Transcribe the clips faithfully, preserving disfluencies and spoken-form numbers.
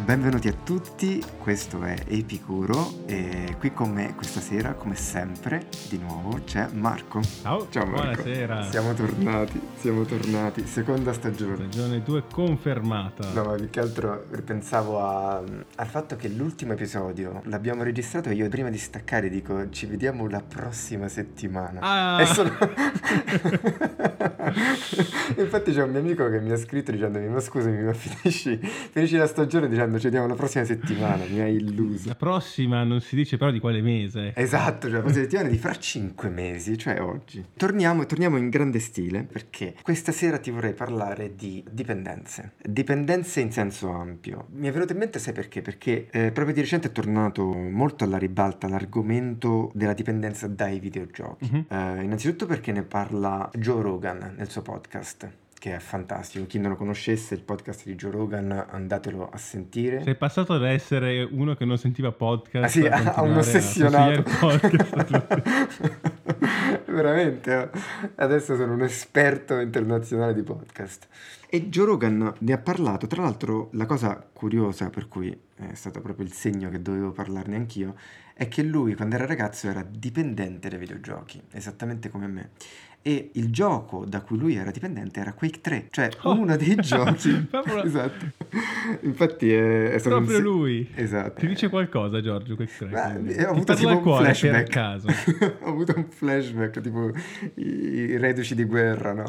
Benvenuti a tutti, questo è Epicuro e qui con me questa sera, come sempre, di nuovo c'è Marco. Ciao, Ciao Marco. buonasera. Siamo tornati, siamo tornati, seconda stagione. Stagione due confermata. No, ma più che altro ripensavo a, al fatto che l'ultimo episodio l'abbiamo registrato e io prima di staccare dico ci vediamo la prossima settimana. Ah! E sono... Infatti c'è un mio amico che mi ha scritto dicendomi ma scusami, ma finisci, finisci la stagione dicendo ci vediamo la prossima settimana, mi hai illuso. La prossima non si dice però di quale mese. Esatto, cioè la prossima settimana di fra cinque mesi, cioè oggi. Torniamo, torniamo in grande stile perché questa sera ti vorrei parlare di dipendenze. Dipendenze in senso ampio. Mi è venuto in mente, sai perché? Perché eh, proprio di recente è tornato molto alla ribalta l'argomento della dipendenza dai videogiochi. Mhm. Eh, innanzitutto perché ne parla Joe Rogan nel suo podcast, che è fantastico. Chi non lo conoscesse, il podcast di Joe Rogan, andatelo a sentire. Sei passato da essere uno che non sentiva podcast Ah sì, a a, a un continuare ossessionato. a consigliare podcast. Veramente, eh. Adesso sono un esperto internazionale di podcast. E Joe Rogan ne ha parlato. Tra l'altro, la cosa curiosa, per cui è stato proprio il segno che dovevo parlarne anch'io, è che lui, quando era ragazzo, era dipendente dai videogiochi, esattamente come me. E il gioco da cui lui era dipendente era Quake tre, cioè Oh. uno dei giochi. Proprio- Esatto. Infatti è, è stato un Proprio se- lui. Esatto. Ti dice qualcosa, Giorgio, quel tre? Ma, quindi? eh, ho Ti avuto parla tipo al un cuore flashback. per caso. Ho avuto un flashback, tipo i, i reduci di guerra, no?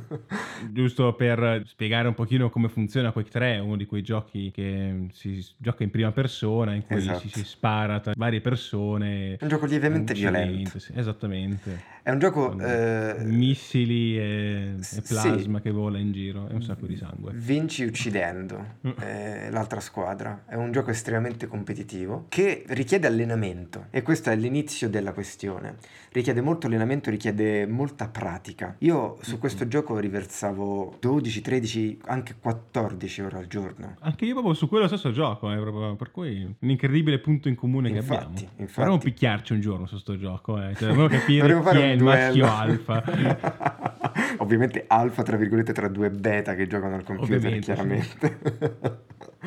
Giusto per spiegare un pochino come funziona Quake tre, è uno di quei giochi che si gioca in prima persona, in cui Esatto. ci si spara tra varie persone. È un gioco lievemente uccidendo, violento. sì, esattamente. È un gioco... Con eh, missili e, s- e sì. plasma che vola in giro e un sacco di sangue. Vinci uccidendo Mm. eh, l'altra squadra. È un gioco estremamente competitivo che richiede allenamento e questo è l'inizio della questione. Richiede molto allenamento, richiede molta pratica. Io su questo gioco riversavo dodici, tredici, anche quattordici ore al giorno. Anche io proprio su quello stesso gioco, eh, proprio, per cui un incredibile punto in comune che Infatti, abbiamo. infatti. Dovremmo picchiarci un giorno su sto gioco, eh. Cioè, dovremmo capire Dovremmo chi fare è un il maschio duello. alfa. Ovviamente alfa tra virgolette tra due beta che giocano al computer, Ovviamente, chiaramente.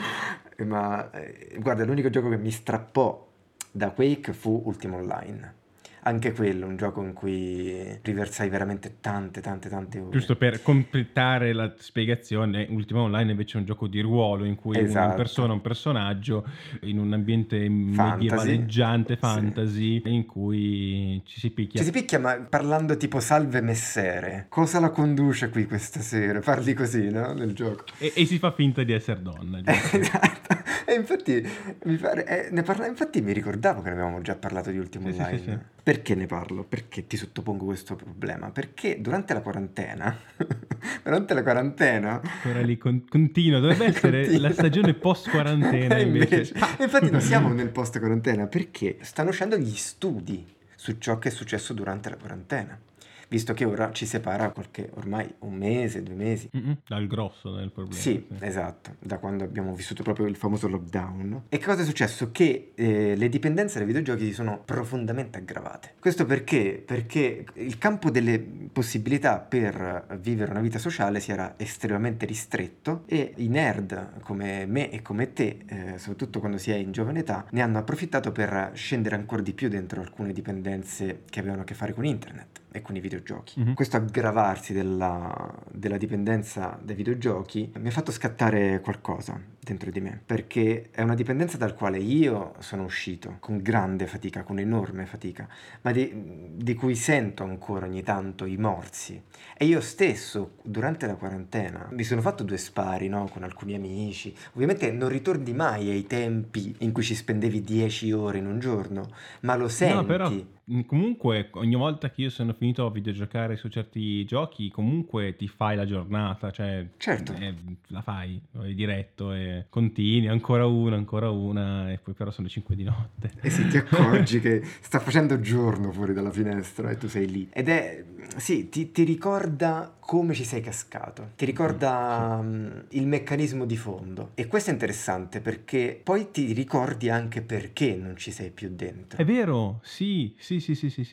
Ma eh, guarda, l'unico gioco che mi strappò da Quake fu Ultima Online. Anche quello, un gioco in cui riversai veramente tante, tante, tante ore. Giusto per completare la spiegazione, Ultima Online invece è un gioco di ruolo in cui uno Esatto. impersona un personaggio in un ambiente Fantasy. medievaleggiante, Sì. fantasy, in cui ci si picchia. Ci si picchia, ma parlando tipo salve messere. Cosa la conduce qui questa sera? Parli così, no? Nel gioco. E, e si fa finta di essere donna. giusto? Esatto. E infatti mi pare, eh, ne parla, infatti mi ricordavo che ne avevamo già parlato di Ultima Sì, sì, Online. sì, sì. Perché ne parlo? Perché ti sottopongo questo problema? Perché durante la quarantena, durante la quarantena, Ancora lì con- continua, dovrebbe essere Continua. la stagione post quarantena E invece. invece- infatti non siamo nel post quarantena perché stanno uscendo gli studi su ciò che è successo durante la quarantena. Visto che ora ci separa qualche, ormai un mese, due mesi. Mm-mm, dal grosso del problema. Sì, esatto, da quando abbiamo vissuto proprio il famoso lockdown. E che cosa è successo? Che eh, le dipendenze dai videogiochi si sono profondamente aggravate. Questo perché? Perché il campo delle possibilità per vivere una vita sociale si era estremamente ristretto e i nerd come me e come te, eh, soprattutto quando si è in giovane età, ne hanno approfittato per scendere ancora di più dentro alcune dipendenze che avevano a che fare con internet e con i videogiochi. Mhm. Questo aggravarsi della, della dipendenza dai videogiochi mi ha fatto scattare qualcosa dentro di me, perché è una dipendenza dal quale io sono uscito con grande fatica, con enorme fatica, ma di, di cui sento ancora ogni tanto i morsi. E io stesso, durante la quarantena, mi sono fatto due spari, no, con alcuni amici. Ovviamente non ritorni mai ai tempi in cui ci spendevi dieci ore in un giorno, ma lo senti. No, però mh, comunque ogni volta che io sono finito a videogiocare su certi giochi, comunque ti fai la giornata, cioè Certo. eh, la fai, vai diretto e continui, ancora una, ancora una, e poi però sono le cinque di notte. E sì, ti accorgi che sta facendo giorno fuori dalla finestra e tu sei lì. Ed è, sì, ti, ti ricorda come ci sei cascato, ti ricorda um, il meccanismo di fondo. E questo è interessante perché poi ti ricordi anche perché non ci sei più dentro. È vero, sì, sì, sì, sì, sì, sì.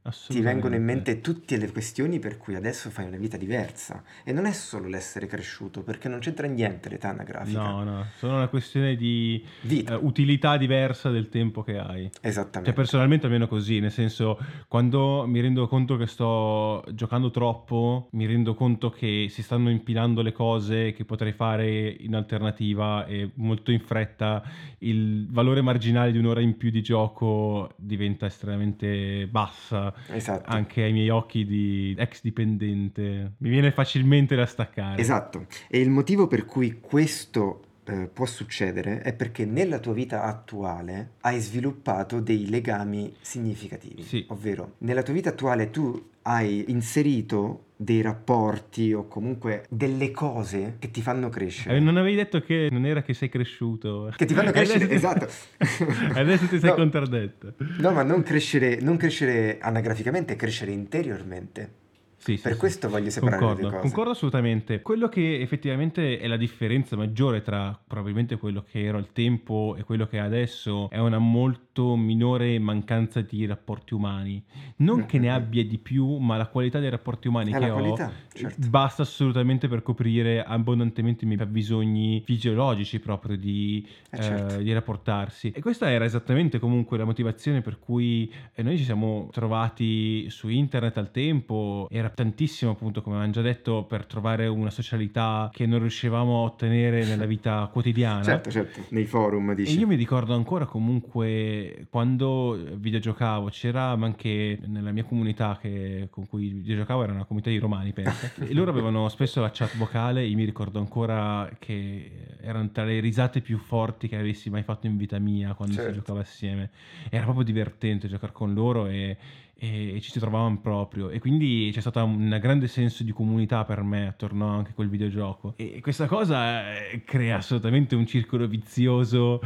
ti vengono in Assolutamente. mente tutte le questioni per cui adesso fai una vita diversa. E non è solo l'essere cresciuto, perché non c'entra niente l'età anagrafica. No, no, sono una questione di eh, Vita, utilità diversa del tempo che hai. Cioè, esattamente. personalmente almeno così, nel senso, quando mi rendo conto che sto giocando troppo, mi rendo conto che si stanno impilando le cose che potrei fare in alternativa e molto in fretta il valore marginale di un'ora in più di gioco diventa estremamente bassa Esatto. anche ai miei occhi di ex dipendente. Mi viene facilmente da staccare. Esatto. E il motivo per cui questo eh, può succedere è perché nella tua vita attuale hai sviluppato dei legami significativi, Sì. ovvero nella tua vita attuale tu hai inserito dei rapporti o comunque delle cose che ti fanno Eh, crescere. Non avevi detto che non era che sei cresciuto. Che ti fanno crescere, Adesso ti- esatto. Adesso ti sei No, contraddetto. no, ma non crescere, non crescere anagraficamente, crescere interiormente. Sì, sì, Per sì, questo voglio separare le due concordo, cose. concordo assolutamente. Quello che effettivamente è la differenza maggiore tra probabilmente quello che era al tempo e quello che è adesso è una molto minore mancanza di rapporti umani. Non che ne Mm-mm. abbia di più, ma la qualità dei rapporti umani È che la ho qualità, eh, certo. basta assolutamente per coprire abbondantemente i miei bisogni fisiologici proprio di, Eh, eh, certo. di rapportarsi. E questa era esattamente comunque la motivazione per cui eh, noi ci siamo trovati su internet al tempo. Era tantissimo, appunto, come avevamo già detto, per trovare una socialità che non riuscivamo a ottenere nella vita quotidiana. Certo, certo, nei forum E dici. io mi ricordo ancora comunque quando videogiocavo, c'era anche nella mia comunità che, con cui videogiocavo, era una comunità di romani, pensa, e loro avevano spesso la chat vocale. Io mi ricordo ancora che erano tra le risate più forti che avessi mai fatto in vita mia quando si Certo. giocava assieme. Era proprio divertente giocare con loro e, e ci si trovavano proprio, e quindi c'è stato un grande senso di comunità per me attorno anche a quel videogioco, e questa cosa eh, crea assolutamente un circolo vizioso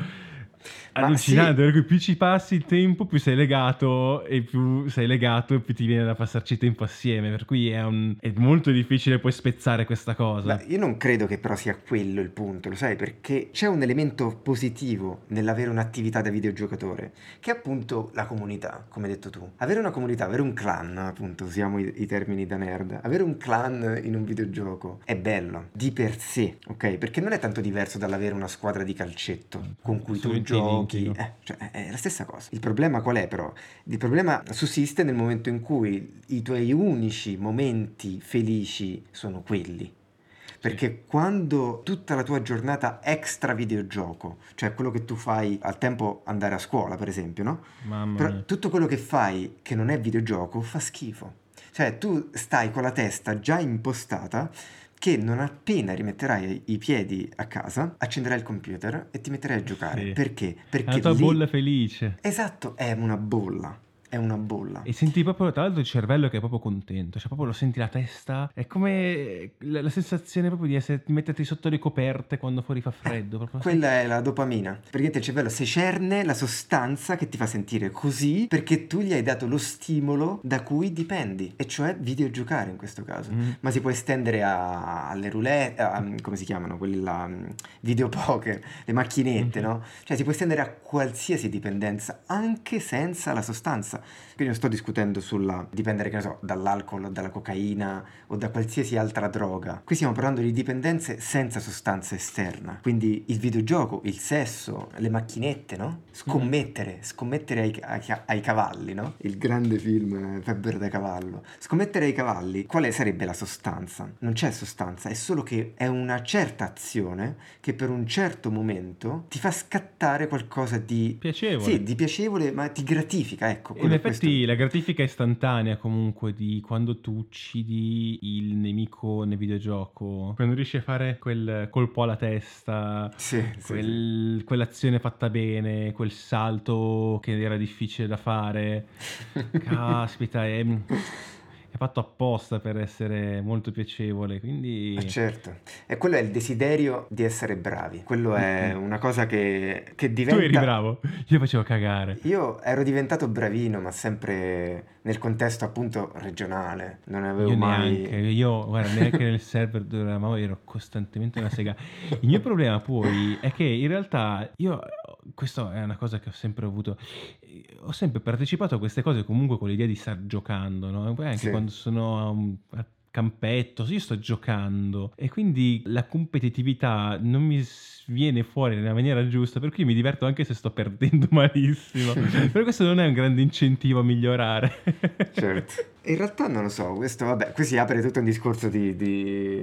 Ma allucinante, sì, per cui più ci passi il tempo, più sei legato, e più sei legato e più ti viene da passarci tempo assieme, per cui è, un- è molto difficile poi spezzare questa cosa. beh, io non credo che però sia quello il punto, lo sai, perché c'è un elemento positivo nell'avere un'attività da videogiocatore, che è appunto la comunità, come hai detto tu. Avere una comunità, avere un clan, appunto, usiamo i, i termini da nerd, avere un clan in un videogioco è bello, di per sé, ok? Perché non è tanto diverso dall'avere una squadra di calcetto con cui tu Assolutamente giochi, identico. eh, cioè è la stessa cosa. Il problema qual è però? Il problema sussiste nel momento in cui i tuoi unici momenti felici sono quelli. Perché quando tutta la tua giornata extra videogioco, cioè quello che tu fai al tempo andare a scuola, per esempio, no? Mamma Però mia. tutto quello che fai che non è videogioco fa schifo. Cioè tu stai con la testa già impostata che non appena rimetterai i piedi a casa, accenderai il computer e ti metterai a giocare. Sì. Perché? È Perché la tua lì... bolla felice. Esatto, è una bolla. È una bolla. E senti proprio, tra l'altro, il cervello che è proprio contento, cioè proprio lo senti la testa, è come la, la sensazione proprio di essere, di metterti sotto le coperte quando fuori fa freddo, proprio sai? Quella è la dopamina. Praticamente il cervello secerne la sostanza che ti fa sentire così perché tu gli hai dato lo stimolo da cui dipendi, e cioè videogiocare in questo caso. Mm. Ma si può estendere a- alle roulette, a- come si chiamano? Quelli là, mm, videopoker, le macchinette, Mhm. no? Cioè si può estendere a qualsiasi dipendenza, anche senza la sostanza. Quindi non sto discutendo sulla dipendere, che ne so, dall'alcol o dalla cocaina o da qualsiasi altra droga. Qui stiamo parlando di dipendenze senza sostanza esterna. Quindi il videogioco, il sesso, le macchinette, no? Scommettere, scommettere ai, ai- ai cavalli, no? Il grande film eh, Febbre da cavallo. Scommettere ai cavalli, quale sarebbe la sostanza? Non c'è sostanza, è solo che è una certa azione che per un certo momento ti fa scattare qualcosa di... Piacevole. Sì, di piacevole, ma ti gratifica, ecco. In quello- effetti questo- la gratifica istantanea comunque di quando tu uccidi il nemico nel videogioco, quando riesci a fare quel colpo alla testa, Sì, sì, sì. quel- quell'azione fatta bene, quel salto che era difficile da fare, caspita, è, è fatto apposta per essere molto piacevole, quindi... Eh, certo, e quello è il desiderio di essere bravi. Quello è Mm-mm. una cosa che, che Tu diventa... eri bravo, io facevo cagare. Io ero diventato bravino, ma sempre nel contesto appunto regionale. Non avevo Io mai... neanche, io guarda, neanche nel server dove eravamo ero costantemente una sega. Il mio problema poi è che in realtà io, questo è una cosa che ho sempre avuto, ho sempre partecipato a queste cose comunque con l'idea di star giocando, no? E poi anche Sì. quando sono a un a campetto, io sto giocando e quindi la competitività non mi s- viene fuori nella maniera giusta, per cui mi diverto anche se sto perdendo malissimo. Per questo non è un grande incentivo a migliorare. Certo. In realtà non lo so, questo vabbè, qui si apre tutto un discorso di, di,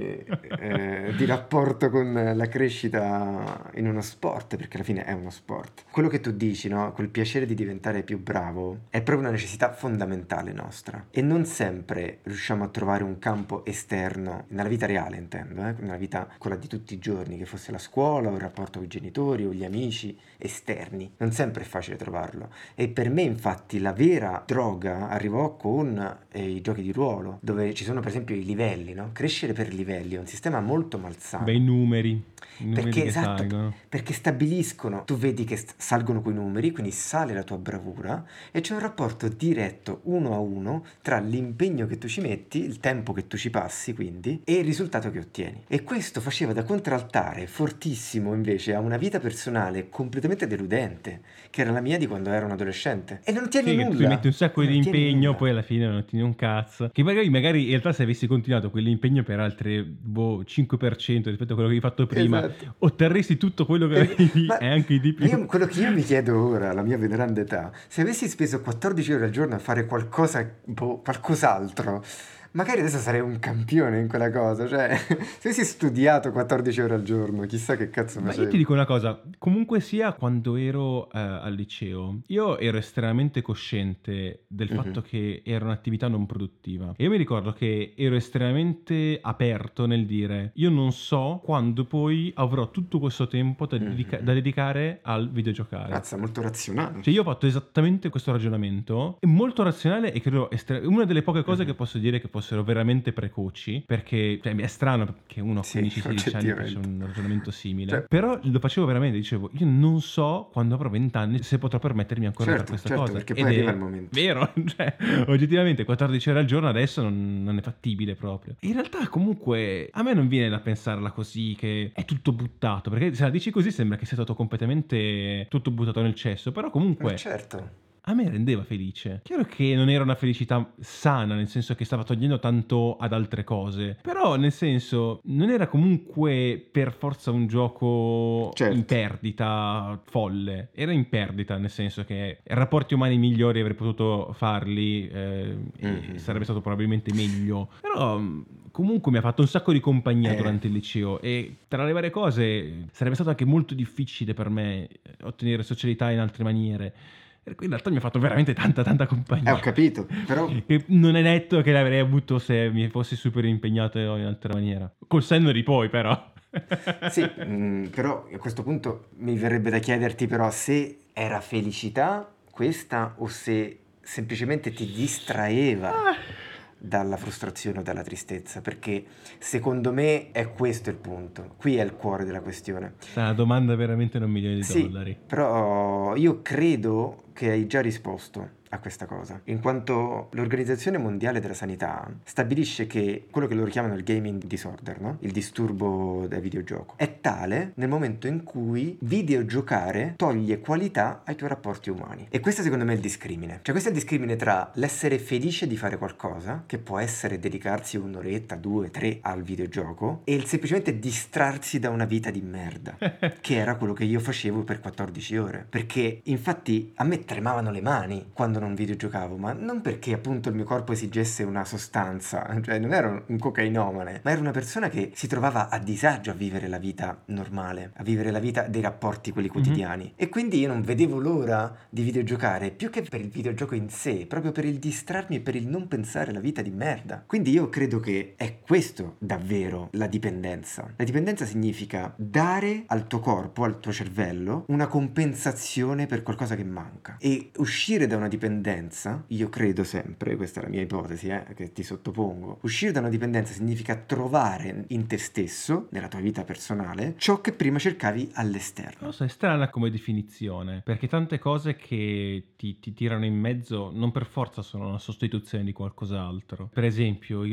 eh, di rapporto con la crescita in uno sport, perché alla fine è uno sport. Quello che tu dici, no? Quel piacere di diventare più bravo è proprio una necessità fondamentale nostra e non sempre riusciamo a trovare un campo esterno, nella vita reale intendo, eh? Nella vita quella di tutti i giorni, che fosse la scuola o il rapporto con i genitori o gli amici esterni. Non sempre è facile trovarlo. E per me infatti la vera droga arrivò con eh, i giochi di ruolo, dove ci sono per esempio i livelli, no? Crescere per livelli è un sistema molto Bei malsano. numeri, i numeri Perché che esatto, salgono. perché stabiliscono, tu vedi che st- salgono quei numeri, quindi sale la tua bravura e c'è un rapporto diretto uno a uno tra l'impegno che tu ci metti, il tempo che tu ci passi quindi, e il risultato che ottieni. E questo faceva da contraltare fortissimo invece a una vita personale completamente deludente, che era la mia di quando ero un adolescente. E non ottieni Sì, che tu metti nulla, un sacco e non di ottieni impegno, nulla. poi alla fine non ottieni un cazzo. Che magari, magari in realtà se avessi continuato quell'impegno per altre boh, cinque per cento rispetto a quello che hai fatto prima, Esatto. otterresti tutto quello che Es- avevi Ma, e anche di ma più. io, quello che io mi chiedo ora, alla mia veneranda età, se avessi speso quattordici ore al giorno a fare qualcosa, boh, qualcos'altro, magari adesso sarei un campione in quella cosa, cioè, se avessi studiato quattordici ore al giorno, chissà che cazzo Ma io ti facevo. dico una cosa, comunque sia quando ero eh, al liceo, io ero estremamente cosciente del Mhm, fatto che era un'attività non produttiva. E io mi ricordo che ero estremamente aperto nel dire, io non so quando poi avrò tutto questo tempo da, dedica- mhm. da dedicare al videogiocare. Mazza, molto razionale. Cioè io ho fatto esattamente questo ragionamento, è molto razionale e credo estre- una delle poche cose che Mhm. posso dire che fossero veramente precoci, perché cioè, è strano che uno a Sì, quindici sedici anni faccia oggettivamente. un ragionamento simile, Cioè, però lo facevo veramente, dicevo, io non so quando avrò venti anni se potrò permettermi ancora di fare certo, questa certo, cosa, perché poi ed arriva il è momento. vero, cioè oggettivamente quattordici ore al giorno adesso non, non è fattibile proprio. In realtà comunque a me non viene da pensarla così che è tutto buttato, perché se la dici così sembra che sia stato completamente tutto buttato nel cesso, però Ma comunque certo. a me rendeva felice. Chiaro che non era una felicità sana, nel senso che stava togliendo tanto ad altre cose. Però, nel senso, non era comunque per forza un gioco in Certo. perdita folle. Era in perdita, nel senso che rapporti umani migliori avrei potuto farli eh, e sarebbe Mhm. stato probabilmente meglio. Però, mh, comunque mi ha fatto un sacco di compagnia Eh, durante il liceo e tra le varie cose sarebbe stato anche molto difficile per me eh, ottenere socialità in altre maniere. Per cui in realtà mi ha fatto veramente tanta tanta eh, ho compagnia. capito, però Che non è detto che l'avrei avuto se mi fossi super impegnato in altra maniera. Col senno di poi, però. sì, mm, però a questo punto mi verrebbe da chiederti però se era felicità questa o se semplicemente ti distraeva Ah, dalla frustrazione o dalla tristezza, perché secondo me è questo il punto, qui è il cuore della questione. questa è una domanda veramente da un milione di Sì, dollari. però io credo che hai già risposto a questa cosa, in quanto l'Organizzazione Mondiale della Sanità stabilisce che quello che loro chiamano il gaming disorder, no? Il disturbo da videogioco, è tale nel momento in cui videogiocare toglie qualità ai tuoi rapporti umani. E questo secondo me è il discrimine. Cioè questo è il discrimine tra l'essere felice di fare qualcosa, che può essere dedicarsi un'oretta, due, tre al videogioco, e il semplicemente distrarsi da una vita di merda, che era quello che io facevo per quattordici ore. Perché infatti a me tremavano le mani quando non videogiocavo, ma non perché appunto il mio corpo esigesse una sostanza, cioè non ero un cocainomane, ma ero una persona che si trovava a disagio a vivere la vita normale, a vivere la vita dei rapporti, quelli Mhm. quotidiani. E quindi io non vedevo l'ora di videogiocare, più che per il videogioco in sé, proprio per il distrarmi e per il non pensare alla vita di merda. Quindi io credo che è questo davvero la dipendenza. La dipendenza significa dare al tuo corpo, al tuo cervello, una compensazione per qualcosa che manca. E uscire da una dipendenza, io credo sempre, questa è la mia ipotesi, eh, che ti sottopongo, uscire da una dipendenza significa trovare in te stesso, nella tua vita personale, ciò che prima cercavi Non all'esterno. lo so, è strana come definizione, perché tante cose che ti, ti tirano in mezzo non per forza sono una sostituzione di qualcos'altro. Per esempio, io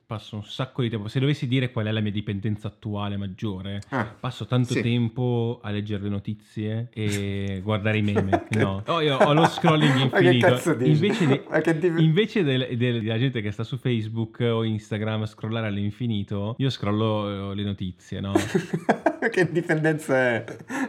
passo un sacco di tempo. Se dovessi dire qual è la mia dipendenza attuale maggiore, Ah, passo tanto sì. tempo a leggere le notizie e guardare i meme. Che- No, oh, io ho lo scrolling Ma che infinito. cazzo dici? Invece, di- Ma che dip- invece del- del- della gente che sta su Facebook o Instagram a scrollare all'infinito, io scrollo eh, le notizie, no? Che dipendenza è?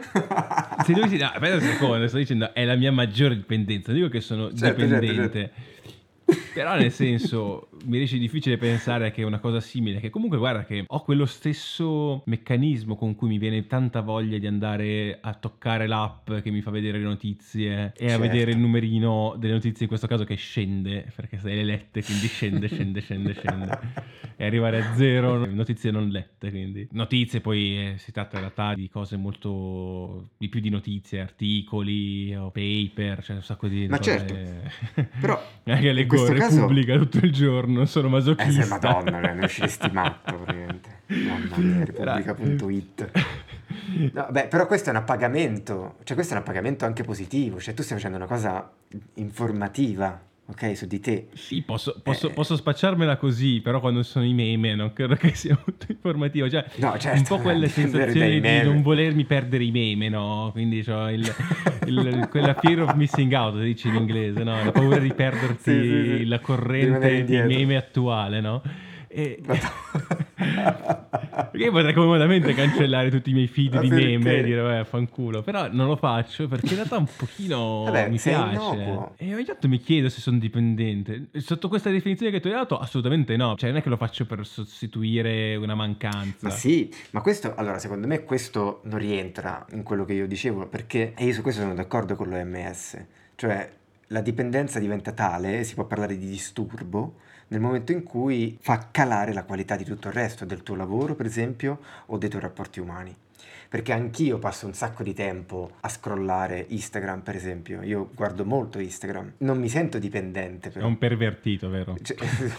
Se dovessi, no, aspetta un secondo, sto dicendo è la mia maggiore dipendenza. Non dico che sono Certo, certo, dipendente. Però nel senso mi riesce difficile pensare che è una cosa simile, che comunque guarda che ho quello stesso meccanismo con cui mi viene tanta voglia di andare a toccare l'app che mi fa vedere le notizie e a Certo. vedere il numerino delle notizie, in questo caso che scende, perché sai le lette, quindi scende, scende, scende, scende e arrivare a zero notizie non lette, quindi notizie poi eh, si tratta in realtà di cose molto di più di notizie, articoli o paper, cioè un sacco di Ma cose. certo, però anche le in questo caso... Repubblica tutto il giorno, sono Eh masochista. se madonna, cioè, ne usciresti matto praticamente. Mamma mia, repubblica punto it. No, beh, però questo è un appagamento, cioè questo è un appagamento anche positivo, cioè tu stai facendo una cosa informativa, ok, su di te. Sì, posso, posso, Eh, posso spacciarmela così, però quando sono i meme non credo che sia molto informativo. Cioè, no, un certo, po' quelle dipendere sensazioni dai di non meme. volermi perdere i meme, no? Quindi c'ho il, il- quella fear of missing out, si dice in inglese, no? La paura di perderti Sì, sì, sì. la Di rimanere corrente di indietro. meme attuale, no? E... Madonna. Perché io potrei comodamente cancellare tutti i miei feed Ma di meme perché? e dire vabbè fanculo, però non lo faccio perché in realtà un pochino Vabbè, mi sei piace innocuo. e ogni tanto mi chiedo se sono dipendente. Sotto questa definizione che tu hai dato assolutamente no, cioè non è che lo faccio per sostituire una mancanza. Ma sì, ma questo, allora, secondo me questo non rientra in quello che io dicevo, perché e io su questo sono d'accordo con l'O M S, cioè la dipendenza diventa tale, si può parlare di disturbo, nel momento in cui fa calare la qualità di tutto il resto, del tuo lavoro, per esempio, o dei tuoi rapporti umani. Perché anch'io passo un sacco di tempo a scrollare Instagram, per esempio. Io guardo molto Instagram. Non mi sento dipendente, È però. un pervertito, vero? Cioè,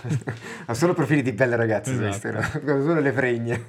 ho solo profili di belle ragazze su Esatto. Instagram, guardo solo le fregne.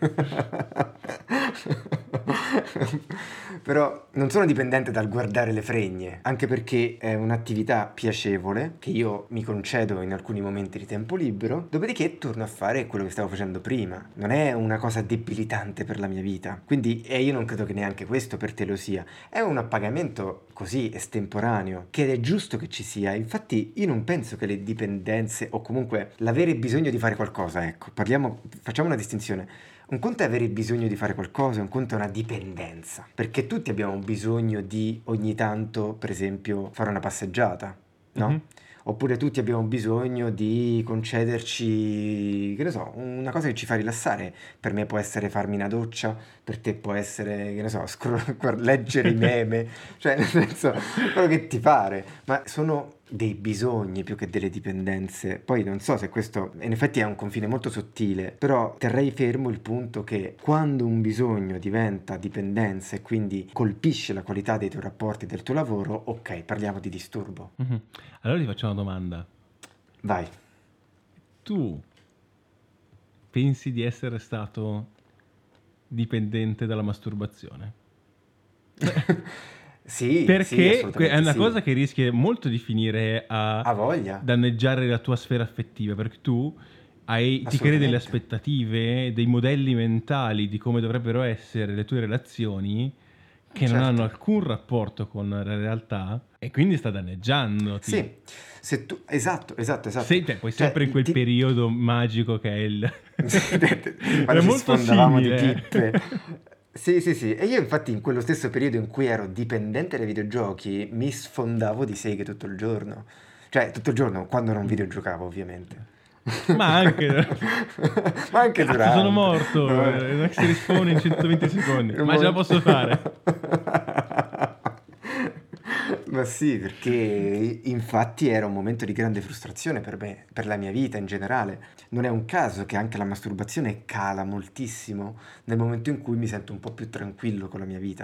Però non sono dipendente dal guardare le fregne, anche perché è un'attività piacevole che io mi concedo in alcuni momenti di tempo libero, dopodiché torno a fare quello che stavo facendo prima. Non è una cosa debilitante per la mia vita. Quindi, e io non credo che neanche questo per te lo sia. È un appagamento così estemporaneo, che è giusto che ci sia. Infatti io non penso che le dipendenze o comunque l'avere bisogno di fare qualcosa, ecco, parliamo, facciamo una distinzione. Un conto è avere bisogno di fare qualcosa, un conto è una dipendenza. Perché tutti abbiamo bisogno di ogni tanto, per esempio, fare una passeggiata, no? Mhm. Oppure tutti abbiamo bisogno di concederci, che ne so, una cosa che ci fa rilassare. Per me può essere farmi una doccia, per te può essere, che ne so, scroll- guard- leggere i meme, cioè nel senso, quello che ti pare. Ma sono dei bisogni più che delle dipendenze. Poi non so se questo, in effetti è un confine molto sottile, però terrei fermo il punto che quando un bisogno diventa dipendenza e quindi colpisce la qualità dei tuoi rapporti, del tuo lavoro, ok, parliamo di disturbo. Mhm. Allora ti faccio una domanda. Vai. Tu pensi di essere stato dipendente dalla masturbazione? Sì, sì, Perché que- è assolutamente una sì. cosa che rischia molto di finire a Ha voglia. danneggiare la tua sfera affettiva, perché tu hai, ti crei delle Assolutamente. aspettative, dei modelli mentali di come dovrebbero essere le tue relazioni che non Certo. hanno alcun rapporto con la realtà e quindi sta danneggiandoti. Sì, se tu... esatto, esatto, esatto. Sì, cioè, poi Cioè, sempre in quel ti- periodo magico che è il... quando Era ci molto sfondavamo di simile. pippe. Sì, sì, sì. E io infatti in quello stesso periodo in cui ero dipendente dai videogiochi mi sfondavo di seghe tutto il giorno. Cioè, tutto il giorno, quando non videogiocavo, ovviamente. Ma anche... Ma anche Cazzo, durante. sono morto, Vabbè. eh, non è che si risponde in centoventi secondi, Un ma ce la momento- posso fare. Ma sì, perché infatti era un momento di grande frustrazione per me, per la mia vita in generale. Non è un caso che anche la masturbazione cala moltissimo nel momento in cui mi sento un po' più tranquillo con la mia vita.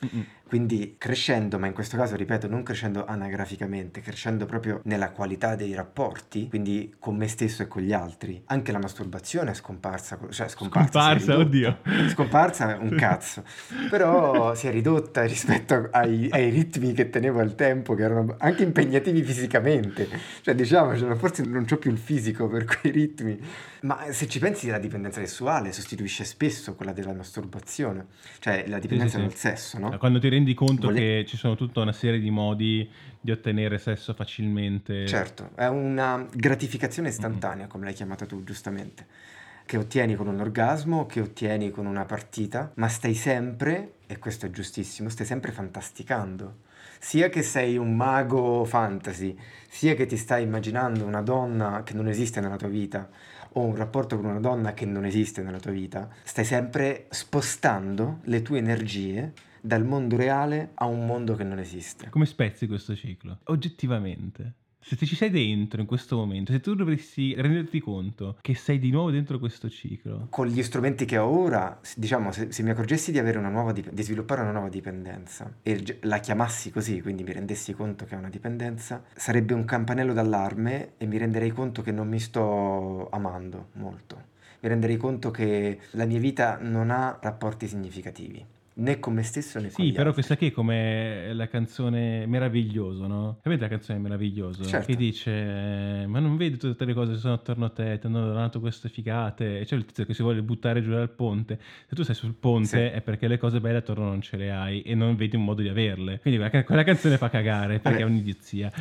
Mm-mm. Quindi crescendo, ma in questo caso, ripeto, non crescendo anagraficamente, crescendo proprio nella qualità dei rapporti, quindi con me stesso e con gli altri. Anche la masturbazione è scomparsa, cioè scomparsa, si è Scomparsa, ridotta. oddio. Scomparsa è un cazzo, però si è ridotta rispetto ai, ai ritmi che tenevo al tempo, che erano anche impegnativi fisicamente. Cioè diciamocelo, forse non c'ho più il fisico per quei ritmi. Ma se ci pensi, la dipendenza sessuale sostituisce spesso quella della masturbazione, cioè la Sì, sì, dipendenza sì. dal sesso, no? Quando ti rendi conto Vole- che ci sono tutta una serie di modi di ottenere sesso facilmente. Certo, è una gratificazione Mm-mm. istantanea, come l'hai chiamata tu giustamente, che ottieni con un orgasmo, che ottieni con una partita, ma stai sempre, e questo è giustissimo, stai sempre fantasticando. Sia che sei un mago fantasy, sia che ti stai immaginando una donna che non esiste nella tua vita, o un rapporto con una donna che non esiste nella tua vita, stai sempre spostando le tue energie dal mondo reale a un mondo che non esiste. Come spezzi questo ciclo? Oggettivamente. Se ti ci sei dentro in questo momento, se tu dovresti renderti conto che sei di nuovo dentro questo ciclo. Con gli strumenti che ho ora, s- diciamo, se, se mi accorgessi di avere una nuova dip- di sviluppare una nuova dipendenza e gi- la chiamassi così, quindi mi rendessi conto che è una dipendenza, sarebbe un campanello d'allarme e mi renderei conto che non mi sto amando molto. Mi renderei conto che la mia vita non ha rapporti significativi, né con me stesso né con Sì, gli però altri. questa qui è come la canzone Meraviglioso, no? Capite la canzone Meraviglioso? Certo. Che dice, ma non vedi tutte le cose che sono attorno a te, ti hanno donato queste figate, e c'è il tizio che si vuole buttare giù dal ponte. Se tu sei sul ponte Sì. è perché le cose belle attorno non ce le hai e non vedi un modo di averle. Quindi quella, quella canzone fa cagare, perché Vabbè. è un'idiozia.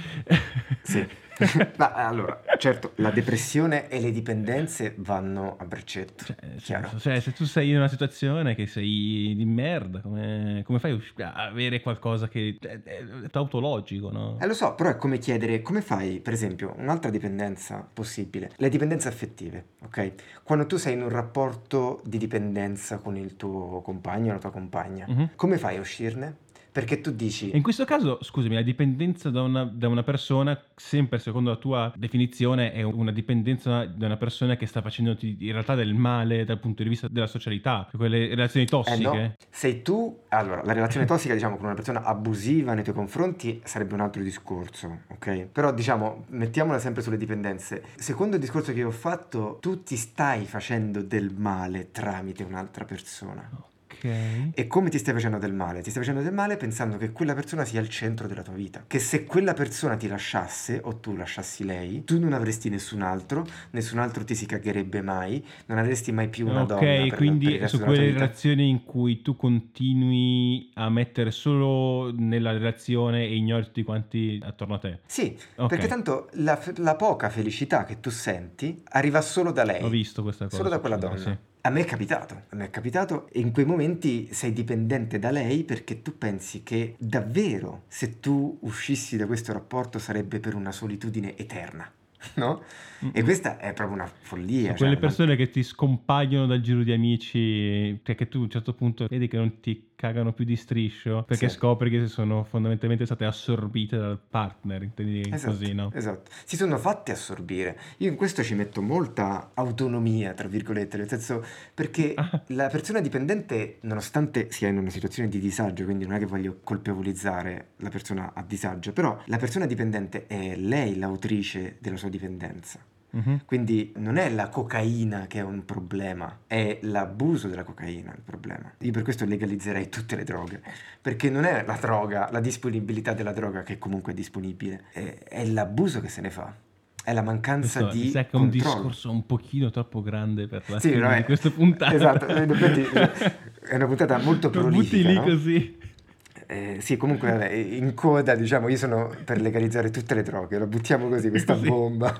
Sì. Ma allora, certo, la depressione e le dipendenze vanno a braccetto, Cioè, nel chiaro. senso, cioè, se tu sei in una situazione che sei di merda, come, come fai a usci- a avere qualcosa che è, è tautologico, no? Eh, lo so, però è come chiedere, come fai, per esempio, un'altra dipendenza possibile, le dipendenze affettive, ok? Quando tu sei in un rapporto di dipendenza con il tuo compagno o la tua compagna, Mhm. come fai a uscirne? Perché tu E dici, in questo caso, scusami, la dipendenza da una, da una persona, sempre secondo la tua definizione, è una dipendenza da una persona che sta facendo in realtà del male dal punto di vista della socialità, quelle relazioni eh tossiche. no, sei tu, allora, la relazione tossica, diciamo, con una persona abusiva nei tuoi confronti sarebbe un altro discorso, ok? Però, diciamo, mettiamola sempre sulle dipendenze. Secondo il discorso che io ho fatto, tu ti stai facendo del male tramite un'altra persona. Ok. E come ti stai facendo del male? Ti stai facendo del male pensando che quella persona sia il centro della tua vita. Che se quella persona ti lasciasse, o tu lasciassi lei, tu non avresti nessun altro, nessun altro ti si cagherebbe mai, non avresti mai più una donna Ok, per, quindi per il resto su della tua quelle vita. relazioni in cui tu continui a mettere solo nella relazione e ignori tutti quanti attorno a te. Sì, Ok, perché tanto la, fe- la poca felicità che tu senti arriva solo da ho lei, visto questa cosa solo da quella succedere, donna. sì. A me è capitato, a me è capitato e in quei momenti sei dipendente da lei perché tu pensi che davvero se tu uscissi da questo rapporto sarebbe per una solitudine eterna, no? E Mm-mm. questa è proprio una follia. Sono cioè, quelle ma- persone che ti scompaiono dal giro di amici, cioè che tu a un certo punto vedi che non ti cagano più di striscio perché Sì. scopri che sono fondamentalmente state assorbite dal partner, intendi Esatto, così, no? esatto. Si sono fatte assorbire. Io in questo ci metto molta autonomia, tra virgolette, nel senso perché Ah, la persona dipendente, nonostante sia in una situazione di disagio, quindi non è che voglio colpevolizzare la persona a disagio, però la persona dipendente è lei l'autrice della sua dipendenza. mhm. Quindi non è la cocaina che è un problema, è l'abuso della cocaina il problema. Io per questo legalizzerei tutte le droghe, perché non è la droga, la disponibilità della droga che comunque è disponibile, è, è l'abuso che se ne fa, è la mancanza Questo mi di sa che è un controllo. discorso un pochino troppo grande per la Sì, fine vabbè, di questa puntata. esatto, in effetti è una puntata molto Lo butti prolifica, lì no? così. Eh, sì, comunque vabbè, in coda, diciamo, io sono per legalizzare tutte le droghe, lo buttiamo così, questa Sì. bomba.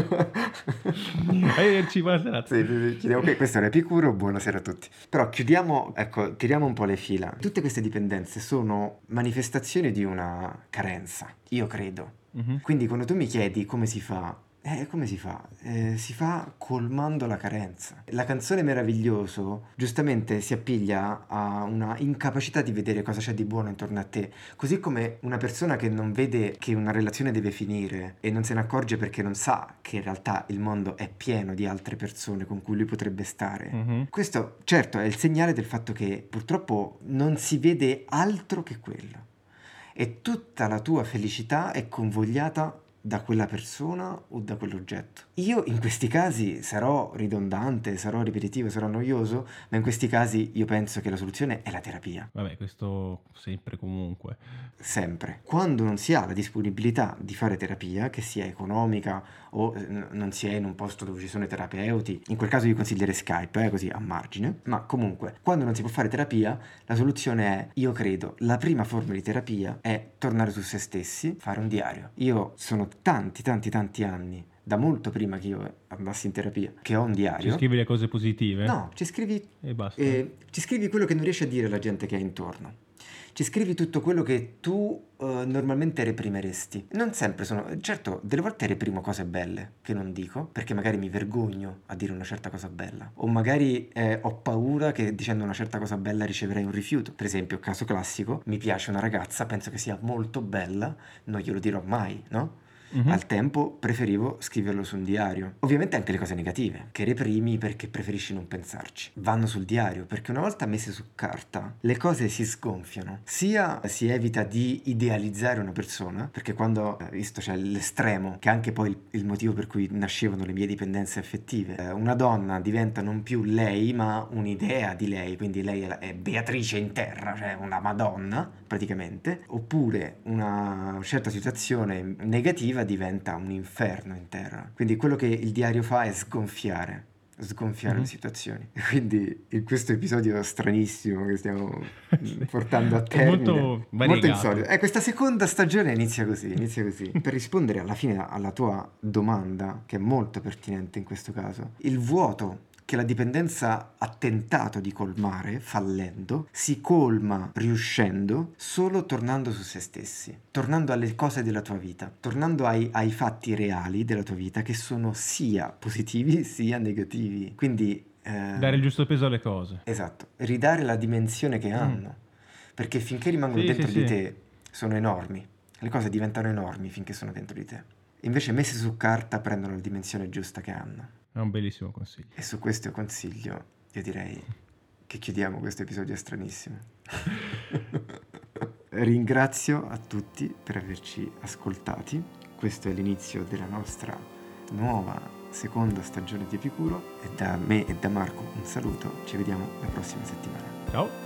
Arrivederci, buona serata. Sì, sì, sì, chiudiamo qui. Questo era Epicuro, buonasera a tutti. Però chiudiamo, ecco, tiriamo un po' le fila. Tutte queste dipendenze sono manifestazioni di una carenza, io credo. Mhm. Quindi quando tu mi chiedi come si fa Eh, come si fa? Eh, si fa colmando la carenza. La canzone Meraviglioso giustamente si appiglia a una incapacità di vedere cosa c'è di buono intorno a te, così come una persona che non vede che una relazione deve finire e non se ne accorge perché non sa che in realtà il mondo è pieno di altre persone con cui lui potrebbe stare. Mhm. Questo, certo, è il segnale del fatto che purtroppo non si vede altro che quello e tutta la tua felicità è convogliata da quella persona o da quell'oggetto. Io in questi casi sarò ridondante, sarò ripetitivo, sarò noioso, ma in questi casi io penso che la soluzione è la terapia. Vabbè, questo sempre comunque. Sempre. Quando non si ha la disponibilità di fare terapia, che sia economica o eh, n- non si è in un posto dove ci sono i terapeuti, in quel caso io consiglierei Skype, eh, così a margine, ma comunque, quando non si può fare terapia, la soluzione è, io credo, la prima forma di terapia è tornare su se stessi, fare un diario. Io sono tanti, tanti, tanti anni, da molto prima che io andassi in terapia, che ho un Ci diario. scrivi le cose positive? No, ci scrivi, E basta. eh, ci scrivi quello che non riesci a dire alla gente che hai intorno. Ci scrivi tutto quello che tu eh, normalmente reprimeresti. Non sempre sono... Certo, delle volte reprimo cose belle, che non dico, perché magari mi vergogno a dire una certa cosa bella. O magari eh, ho paura che dicendo una certa cosa bella riceverei un rifiuto. Per esempio, caso classico, mi piace una ragazza, penso che sia molto bella, non glielo dirò mai, no? Mhm. Al tempo preferivo scriverlo su un diario. Ovviamente anche le cose negative, che reprimi perché preferisci non pensarci, vanno sul diario, perché una volta messe su carta le cose si sgonfiano. Sia si evita di idealizzare una persona, perché quando, eh, visto c'è l'estremo, che è anche poi il, il motivo per cui nascevano le mie dipendenze affettive, eh, una donna diventa non più lei, ma un'idea di lei, quindi lei è, la- è Beatrice in terra, cioè una Madonna, praticamente, oppure una certa situazione negativa diventa un inferno in terra. Quindi quello che il diario fa è sgonfiare, sgonfiare Mhm. le situazioni. Quindi in questo episodio stranissimo che stiamo Sì. portando a È termine, molto molto variegato. insolito. Eh, questa seconda stagione inizia così, inizia così. Per rispondere alla fine alla tua domanda, che è molto pertinente in questo caso, il vuoto che la dipendenza ha tentato di colmare, fallendo, si colma riuscendo solo tornando su se stessi, tornando alle cose della tua vita, tornando ai, ai fatti reali della tua vita che sono sia positivi sia negativi. Quindi... eh, Dare il giusto peso alle cose. Esatto, ridare la dimensione che Mm. hanno, perché finché rimangono Sì, dentro sì, di sì. te sono enormi, le cose diventano enormi finché sono dentro di te. Invece messe su carta prendono la dimensione giusta che hanno. È un bellissimo consiglio. E su questo consiglio io direi che chiudiamo questo episodio stranissimo. Ringrazio a tutti per averci ascoltati. Questo è l'inizio della nostra nuova seconda stagione di Epicuro e da me e da Marco un saluto. Ci vediamo la prossima settimana. Ciao.